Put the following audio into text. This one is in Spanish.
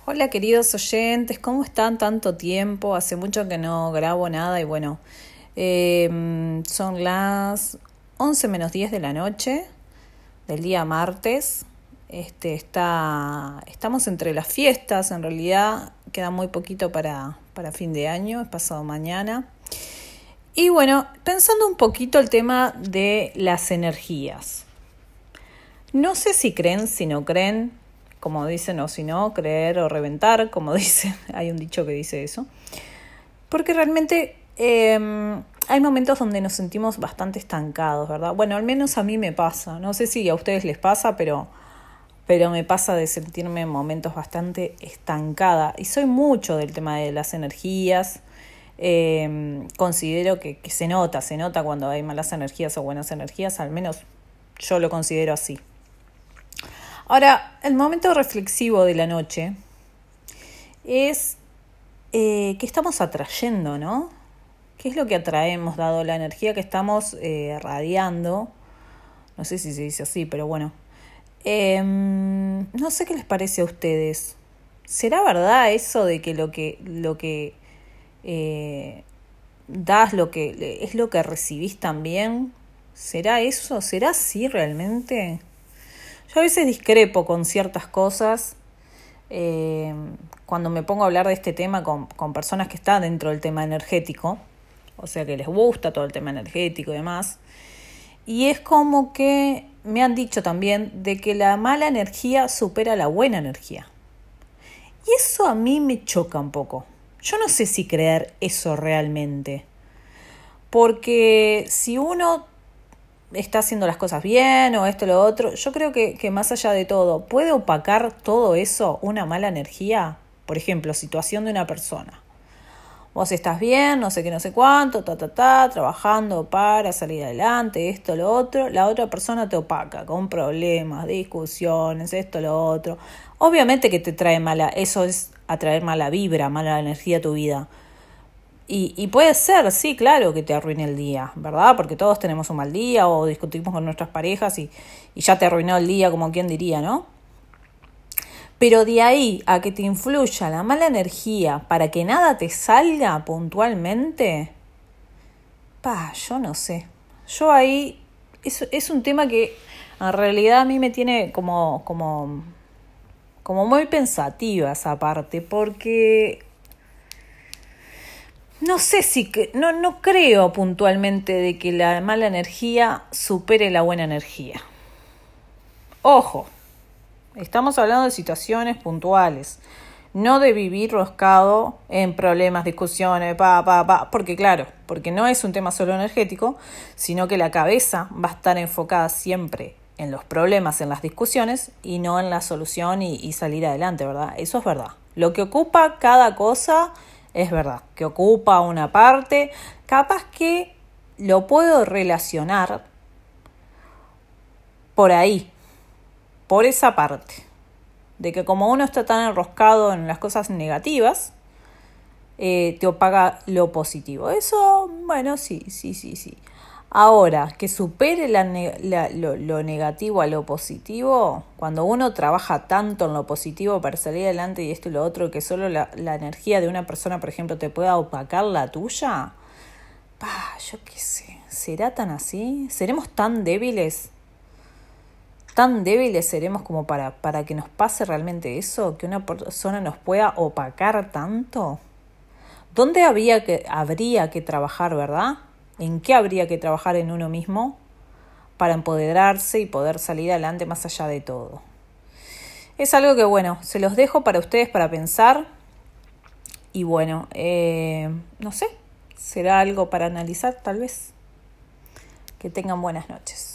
Hola queridos oyentes, ¿cómo están? Tanto tiempo, hace mucho que no grabo nada y bueno, son las 11 menos 10 de la noche del día martes. Estamos entre las fiestas, en realidad queda muy poquito para fin de año, es pasado mañana. Y bueno, pensando un poquito el tema de las energías. No sé si creen, si no creen, como dicen, o si no, creer o reventar, como dicen, hay un dicho que dice eso. Porque realmente hay momentos donde nos sentimos bastante estancados, ¿verdad? Bueno, al menos a mí me pasa. No sé si a ustedes les pasa, pero me pasa de sentirme en momentos bastante estancada. Y soy mucho del tema de las energías. Considero que se nota cuando hay malas energías o buenas energías, al menos yo lo considero así. Ahora, el momento reflexivo de la noche es qué estamos atrayendo, ¿no? ¿Qué es lo que atraemos dado la energía que estamos radiando? No sé si se dice así, pero bueno. No sé qué les parece a ustedes. ¿Será verdad eso de que lo que das, es lo que recibís también? ¿Será eso? ¿Será así realmente? Yo a veces discrepo con ciertas cosas cuando me pongo a hablar de este tema con personas que están dentro del tema energético, o sea que les gusta todo el tema energético y demás, y es como que me han dicho también de que la mala energía supera la buena energía. Y eso a mí me choca un poco. Yo no sé si creer eso realmente, porque si uno está haciendo las cosas bien o esto o lo otro, yo creo que más allá de todo, ¿puede opacar todo eso una mala energía? Por ejemplo, situación de una persona. Vos estás bien, no sé qué, no sé cuánto, trabajando para salir adelante, esto, lo otro. La otra persona te opaca con problemas, discusiones, esto, lo otro. Obviamente que te trae eso es atraer mala vibra, mala energía a tu vida. Y puede ser, sí, claro, que te arruine el día, ¿verdad? Porque todos tenemos un mal día o discutimos con nuestras parejas y ya te arruinó el día, como quien diría, ¿no? Pero de ahí a que te influya la mala energía para que nada te salga puntualmente, yo no sé. Yo ahí, es un tema que en realidad a mí me tiene como muy pensativa esa parte, porque no sé no creo puntualmente de que la mala energía supere la buena energía. Ojo, estamos hablando de situaciones puntuales, no de vivir roscado en problemas, discusiones, porque no es un tema solo energético, sino que la cabeza va a estar enfocada siempre en los problemas, en las discusiones y no en la solución y salir adelante, ¿verdad? Eso es verdad. Lo que ocupa cada cosa es verdad, que ocupa una parte, capaz que lo puedo relacionar por ahí, por esa parte, de que como uno está tan enroscado en las cosas negativas, te opaga lo positivo. Eso, bueno, sí. Ahora, que supere lo negativo a lo positivo, cuando uno trabaja tanto en lo positivo para salir adelante y esto y lo otro, que solo la energía de una persona, por ejemplo, te pueda opacar la tuya, yo qué sé, ¿será tan así? ¿Seremos tan débiles? ¿Tan débiles seremos como para que nos pase realmente eso? ¿Que una persona nos pueda opacar tanto? ¿Dónde habría que trabajar, verdad? ¿En qué habría que trabajar en uno mismo para empoderarse y poder salir adelante más allá de todo? Es algo que, bueno, se los dejo para ustedes para pensar. Y bueno, no sé, será algo para analizar tal vez. Que tengan buenas noches.